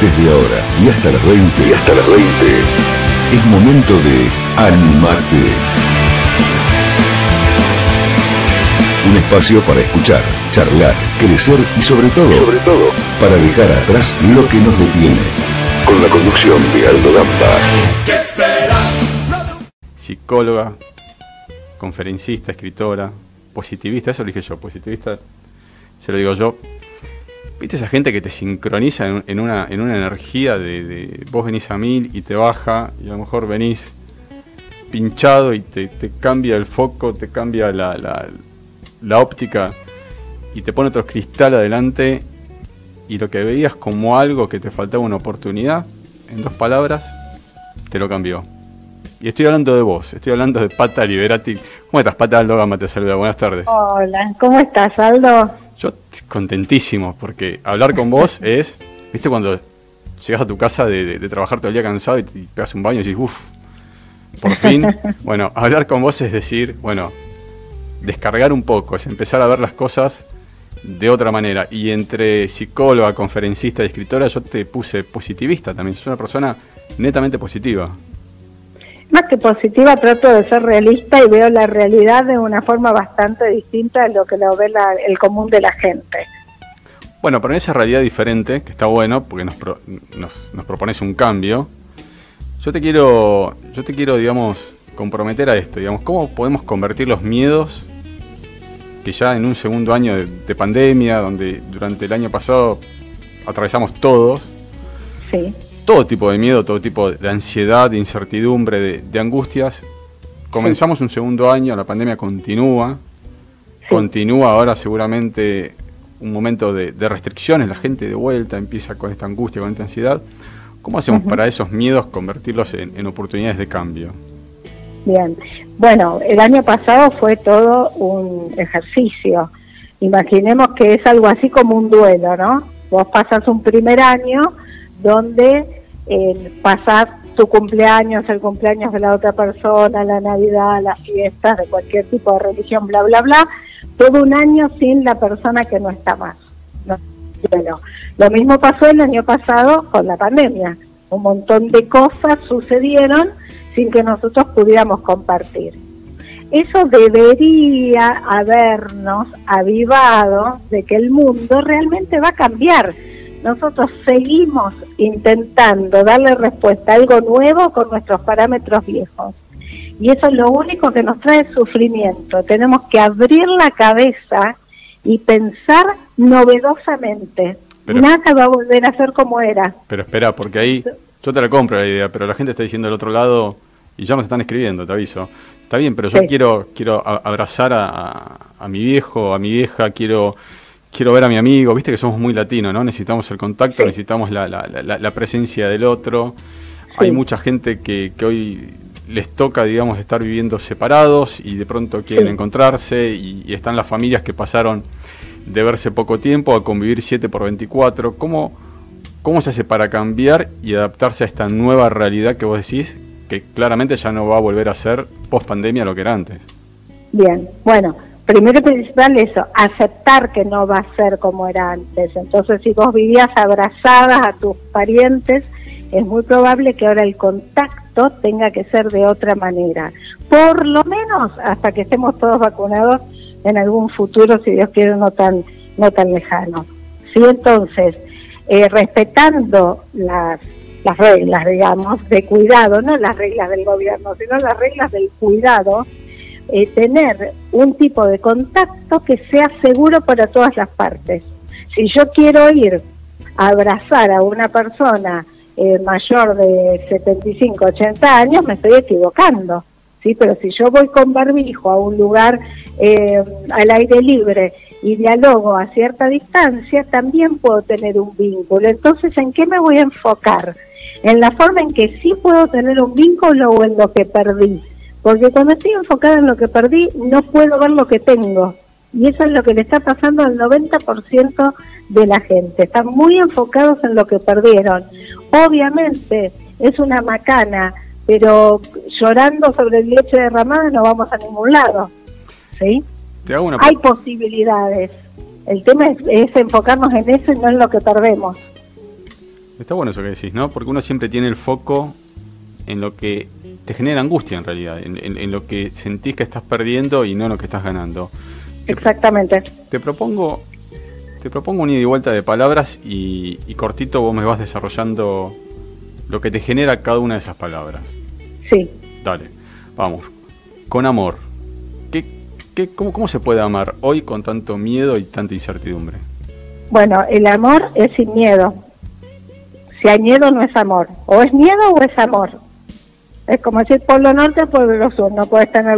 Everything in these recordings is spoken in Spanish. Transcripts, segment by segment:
Desde ahora y hasta las 20, es momento de Animate. Un espacio para escuchar, charlar, crecer y sobre todo, para dejar atrás lo que nos detiene. Con la conducción de Aldo Gamba. Psicóloga, conferencista, escritora, positivista, eso lo dije yo, positivista, se lo digo yo. ¿Viste esa gente que te sincroniza en una energía de vos venís a 1000 y te baja, y a lo mejor venís pinchado y te cambia el foco, te cambia la óptica y te pone otro cristal adelante, y lo que veías como algo que te faltaba una oportunidad, en 2 palabras, te lo cambió? Y estoy hablando de vos, estoy hablando de Pata Liberati. ¿Cómo estás, Pata? Aldo Gamba te saluda, buenas tardes. Hola, ¿cómo estás, Aldo? Yo contentísimo, porque hablar con vos es, viste, cuando llegas a tu casa de trabajar todo el día cansado y te pegas un baño y decís, uff, por fin. Bueno, hablar con vos es decir, bueno, descargar un poco, es empezar a ver las cosas de otra manera. Y entre psicóloga, conferencista y escritora, yo te puse positivista también. Sos una persona netamente positiva. Más que positiva, trato de ser realista y veo la realidad de una forma bastante distinta a lo que lo ve el común de la gente. Bueno, pero en esa realidad diferente, que está bueno, porque nos propones un cambio, yo te quiero, digamos, comprometer a esto, digamos, ¿cómo podemos convertir los miedos que ya en un segundo año de pandemia, donde durante el año pasado atravesamos todos, sí, todo tipo de miedo, todo tipo de ansiedad, de incertidumbre, de angustias? Comenzamos un segundo año, la pandemia continúa, continúa ahora seguramente un momento de restricciones, la gente de vuelta empieza con esta angustia, con esta ansiedad. ¿Cómo hacemos para esos miedos convertirlos en oportunidades de cambio? Bien, bueno, el año pasado fue todo un ejercicio. Imaginemos que es algo así como un duelo, ¿no? Vos pasas un primer año donde pasás tu cumpleaños, el cumpleaños de la otra persona, la Navidad, las fiestas de cualquier tipo de religión, bla, bla, bla, todo un año sin la persona que no está más, ¿no? Bueno, lo mismo pasó el año pasado con la pandemia. Un montón de cosas sucedieron sin que nosotros pudiéramos compartir. Eso debería habernos avivado de que el mundo realmente va a cambiar. Nosotros seguimos intentando darle respuesta a algo nuevo con nuestros parámetros viejos. Y eso es lo único que nos trae sufrimiento. Tenemos que abrir la cabeza y pensar novedosamente. Nada va a volver a ser como era. Pero espera, porque ahí yo te la compro la idea, pero la gente está diciendo del otro lado, y ya nos están escribiendo, te aviso. Está bien, pero yo quiero abrazar a mi viejo, a mi vieja, quiero ver a mi amigo, viste que somos muy latinos, ¿no? Necesitamos el contacto, necesitamos la presencia del otro. Hay mucha gente que hoy les toca, digamos, estar viviendo separados y de pronto quieren encontrarse, y están las familias que pasaron de verse poco tiempo a convivir 7x24. ¿Cómo se hace para cambiar y adaptarse a esta nueva realidad que vos decís, que claramente ya no va a volver a ser post pandemia lo que era antes? Bien, bueno, primero y principal eso, aceptar que no va a ser como era antes. Entonces, si vos vivías abrazadas a tus parientes, es muy probable que ahora el contacto tenga que ser de otra manera. Por lo menos hasta que estemos todos vacunados en algún futuro, si Dios quiere, no tan lejano. Sí, entonces, respetando las reglas, digamos, de cuidado, no las reglas del gobierno, sino las reglas del cuidado, tener un tipo de contacto que sea seguro para todas las partes. Si yo quiero ir a abrazar a una persona mayor de 75, 80 años, me estoy equivocando, ¿sí? Pero si yo voy con barbijo a un lugar al aire libre y dialogo a cierta distancia, también puedo tener un vínculo. Entonces, ¿en qué me voy a enfocar? En la forma en que sí puedo tener un vínculo o en lo que perdí. Porque cuando estoy enfocada en lo que perdí, no puedo ver lo que tengo. Y eso es lo que le está pasando al 90% de la gente. Están muy enfocados en lo que perdieron. Obviamente es una macana, pero llorando sobre el leche derramada no vamos a ningún lado, ¿sí? Hay posibilidades. El tema es enfocarnos en eso y no en lo que perdemos. Está bueno eso que decís, ¿no? Porque uno siempre tiene el foco en lo que te genera angustia en realidad, en lo que sentís que estás perdiendo y no en lo que estás ganando. Exactamente. Te propongo un ida y vuelta de palabras y cortito vos me vas desarrollando lo que te genera cada una de esas palabras. Sí. Dale, vamos. Con amor. ¿Cómo se puede amar hoy con tanto miedo y tanta incertidumbre? Bueno, el amor es sin miedo. Si hay miedo no es amor. O es miedo o es amor. Es como decir polo norte o polo sur. No puedes tener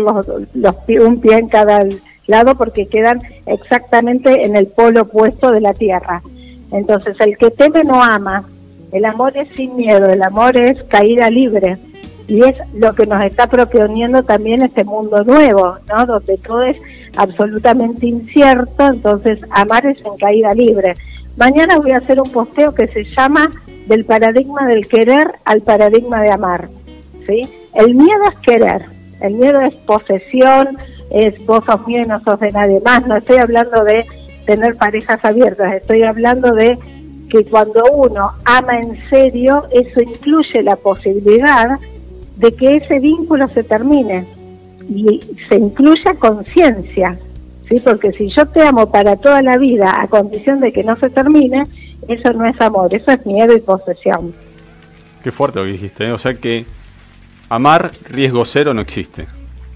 un pie en cada lado porque quedan exactamente en el polo opuesto de la tierra. Entonces el que teme no ama. El amor es sin miedo, el amor es caída libre. Y es lo que nos está proponiendo también este mundo nuevo, ¿no? Donde todo es absolutamente incierto, entonces amar es en caída libre. Mañana voy a hacer un posteo que se llama del paradigma del querer al paradigma de amar, ¿sí? El miedo es querer, el miedo es posesión, es vos sos mío y no sos de nadie más. No estoy hablando de tener parejas abiertas, estoy hablando de que cuando uno ama en serio, eso incluye la posibilidad de que ese vínculo se termine y se incluya conciencia, ¿sí? Porque si yo te amo para toda la vida a condición de que no se termine, eso no es amor, eso es miedo y posesión. Qué fuerte lo que dijiste, ¿eh? O sea que amar riesgo cero no existe.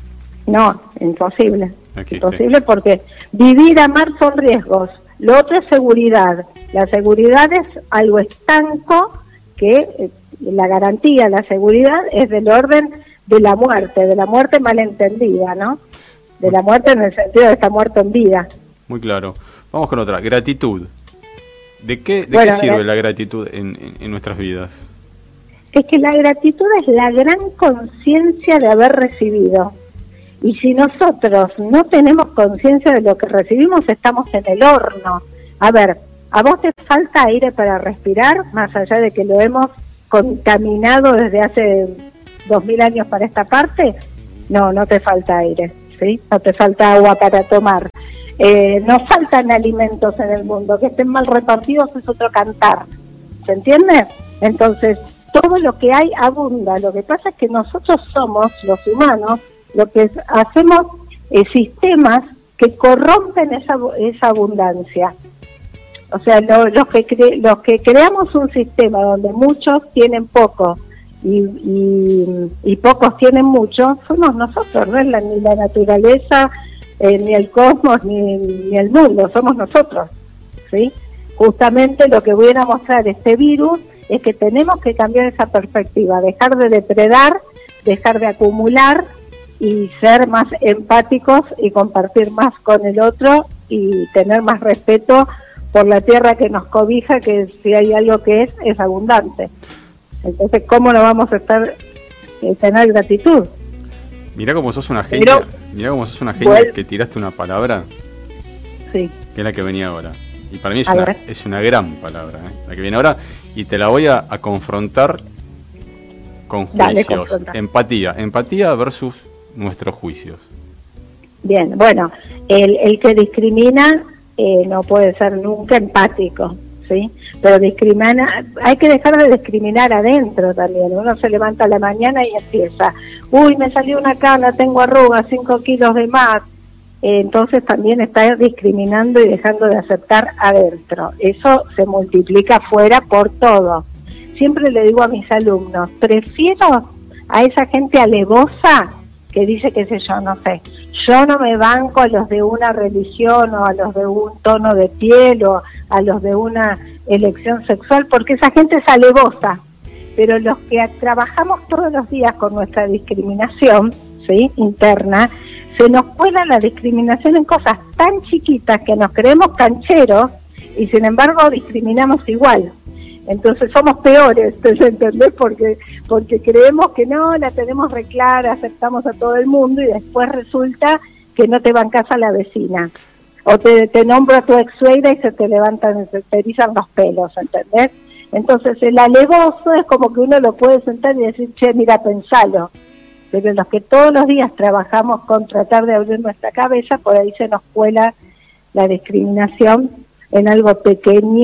No, imposible. No existe. Imposible porque vivir, amar son riesgos. Lo otro es seguridad. La seguridad es algo estanco que la garantía, la seguridad es del orden de la muerte malentendida, ¿no? De la muerte en el sentido de estar muerto en vida. Muy claro. Vamos con otra, gratitud. ¿De qué sirve la gratitud en nuestras vidas? Es que la gratitud es la gran conciencia de haber recibido. Y si nosotros no tenemos conciencia de lo que recibimos, estamos en el horno. A ver, ¿a vos te falta aire para respirar? Más allá de que lo hemos contaminado desde hace 2000 años para esta parte, no te falta aire, ¿sí? No te falta agua para tomar. No faltan alimentos en el mundo, que estén mal repartidos es otro cantar, ¿se entiende? Entonces, todo lo que hay abunda. Lo que pasa es que nosotros somos, los humanos, lo que hacemos sistemas que corrompen esa abundancia. O sea, los que creamos un sistema donde muchos tienen poco y pocos tienen mucho, somos nosotros, no es ni la naturaleza, ni el cosmos, ni el mundo, somos nosotros, ¿sí? Justamente lo que viene a mostrar este virus es que tenemos que cambiar esa perspectiva, dejar de depredar, dejar de acumular y ser más empáticos y compartir más con el otro y tener más respeto por la tierra que nos cobija, que si hay algo que es abundante. Entonces, ¿cómo no vamos a tener gratitud? Mirá cómo sos una genia, que tiraste una palabra, sí, que es la que venía ahora. Y para mí es una gran palabra, la que viene ahora, y te la voy a confrontar con juicios. Dale, empatía versus nuestros juicios. Bien, bueno, el que discrimina no puede ser nunca empático, ¿sí? Pero hay que dejar de discriminar adentro también. Uno se levanta a la mañana y empieza, uy, me salió una cana, tengo arrugas, 5 kilos de más. Entonces también está discriminando y dejando de aceptar adentro. Eso se multiplica afuera por todo. Siempre le digo a mis alumnos, prefiero a esa gente alevosa que dice, qué sé yo, no sé, yo no me banco a los de una religión o a los de un tono de piel o a los de una elección sexual, porque esa gente es alevosa. Pero los que trabajamos todos los días con nuestra discriminación, ¿sí?, interna, se nos cuela la discriminación en cosas tan chiquitas que nos creemos cancheros y sin embargo discriminamos igual. Entonces somos peores, ¿entendés? Porque creemos que no, la tenemos re clara, aceptamos a todo el mundo y después resulta que no te bancás a la vecina. O te nombro a tu ex suegra y se te levantan, se te erizan los pelos, ¿entendés? Entonces el alevoso es como que uno lo puede sentar y decir, che, mira, pensalo. Pero los que todos los días trabajamos con tratar de abrir nuestra cabeza, por ahí se nos cuela la discriminación en algo pequeño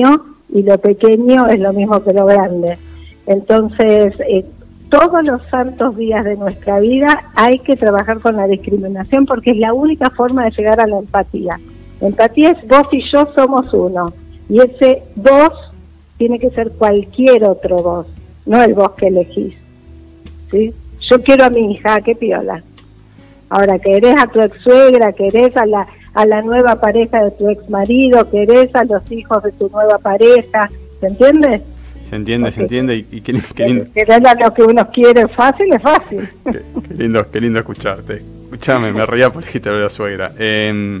y lo pequeño es lo mismo que lo grande. Entonces, todos los santos días de nuestra vida hay que trabajar con la discriminación porque es la única forma de llegar a la empatía. La empatía es vos y yo somos uno, y ese vos tiene que ser cualquier otro vos, no el vos que elegís, ¿sí? Yo quiero a mi hija, qué piola. Ahora, querés a tu ex suegra, querés a la nueva pareja de tu ex marido, querés a los hijos de tu nueva pareja, ¿se entiende? Se entiende, y qué lindo. Querer a lo que uno quiere es fácil. Qué lindo escucharte. Escuchame, me reía por dijiste de la suegra. Que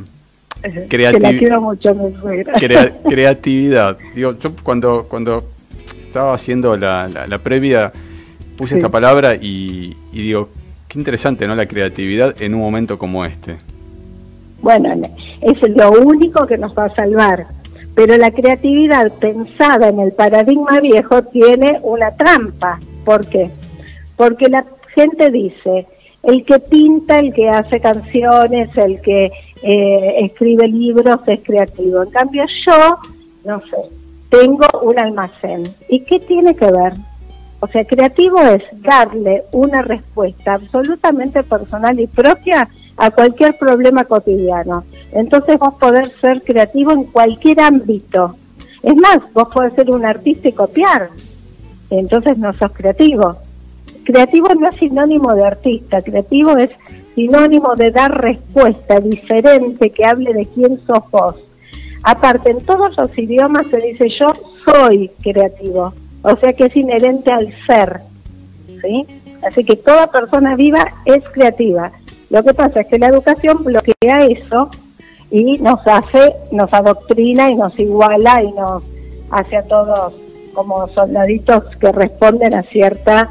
la quiero mucho, mi suegra. Creatividad. Digo, yo cuando estaba haciendo la previa, puse esta palabra y digo, qué interesante, ¿no? La creatividad en un momento como este. Bueno, es lo único que nos va a salvar. Pero la creatividad pensada en el paradigma viejo tiene una trampa. ¿Por qué? Porque la gente dice, el que pinta, el que hace canciones, el que escribe libros es creativo. En cambio yo, no sé, tengo un almacén. ¿Y qué tiene que ver? O sea, creativo es darle una respuesta absolutamente personal y propia a cualquier problema cotidiano. Entonces vos podés ser creativo en cualquier ámbito. Es más, vos podés ser un artista y copiar. Entonces no sos creativo. Creativo no es sinónimo de artista. Creativo es sinónimo de dar respuesta diferente que hable de quién sos vos. Aparte, en todos los idiomas se dice yo soy creativo. O sea que es inherente al ser, ¿sí? Así que toda persona viva es creativa. Lo que pasa es que la educación bloquea eso y nos adoctrina y nos iguala y nos hace a todos como soldaditos que responden a ciertas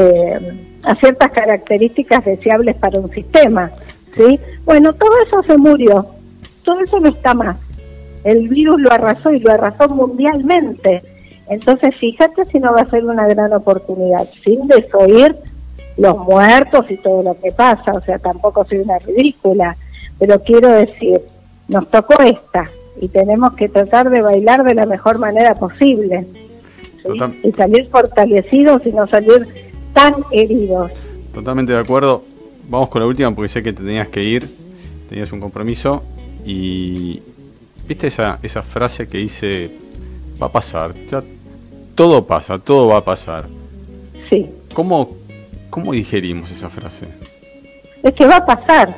características deseables para un sistema, ¿sí? Bueno, todo eso se murió, todo eso no está más. El virus lo arrasó y lo arrasó mundialmente. Entonces, fíjate si no va a ser una gran oportunidad, sin desoír los muertos y todo lo que pasa, o sea, tampoco soy una ridícula, pero quiero decir, nos tocó esta, y tenemos que tratar de bailar de la mejor manera posible, ¿sí? Y salir fortalecidos y no salir tan heridos. Totalmente de acuerdo. Vamos con la última porque sé que te tenías que ir, tenías un compromiso, y ¿viste esa frase que dice, va a pasar, ya todo pasa, todo va a pasar? Sí. ¿Cómo digerimos esa frase? Es que va a pasar,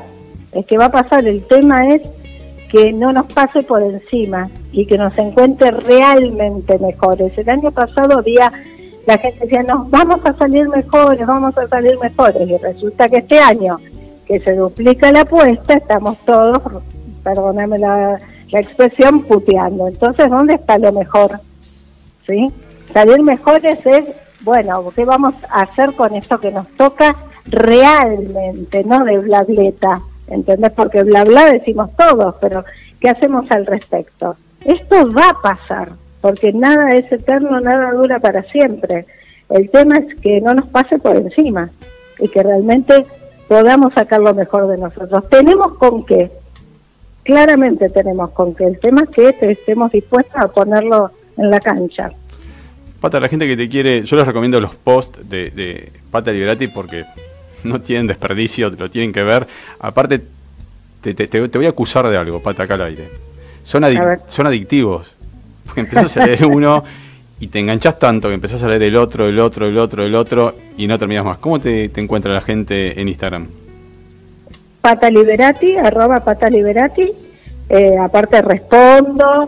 el tema es que no nos pase por encima y que nos encuentre realmente mejores. El año pasado la gente decía, no, vamos a salir mejores, y resulta que este año, que se duplica la apuesta, estamos todos, perdóname la expresión, puteando. Entonces, ¿dónde está lo mejor? ¿Sí? Salir mejores es, bueno, ¿qué vamos a hacer con esto que nos toca realmente, no de blableta? ¿Entendés? Porque bla bla decimos todos, pero ¿qué hacemos al respecto? Esto va a pasar, porque nada es eterno, nada dura para siempre. El tema es que no nos pase por encima y que realmente podamos sacar lo mejor de nosotros. ¿Tenemos con qué? Claramente tenemos con qué. El tema es que estemos dispuestos a ponerlo en la cancha. Pata, la gente que te quiere, yo les recomiendo los posts de Pata Liberati porque no tienen desperdicio, lo tienen que ver. Aparte, te voy a acusar de algo, Pata, acá al aire. Son adictivos. Porque empezás a leer uno y te enganchás tanto que empezás a leer el otro y no terminas más. ¿Cómo te encuentra la gente en Instagram? Pata Liberati, @PataLiberati. Aparte respondo,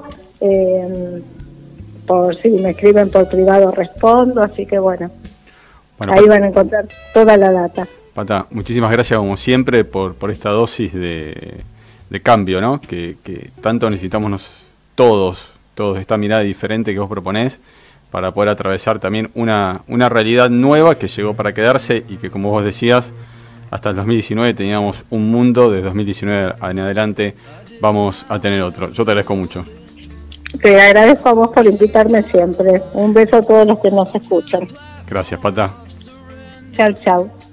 por si me escriben por privado respondo, así que bueno ahí van a encontrar toda la data. Pata, muchísimas gracias como siempre por esta dosis de cambio, ¿no? Que tanto necesitamos todos esta mirada diferente que vos proponés para poder atravesar también una realidad nueva que llegó para quedarse y que, como vos decías, hasta el 2019 teníamos un mundo, de 2019 en adelante vamos a tener otro. Yo te agradezco mucho. Te agradezco a vos por invitarme siempre. Un beso a todos los que nos escuchan. Gracias, Pata. Chau, chau.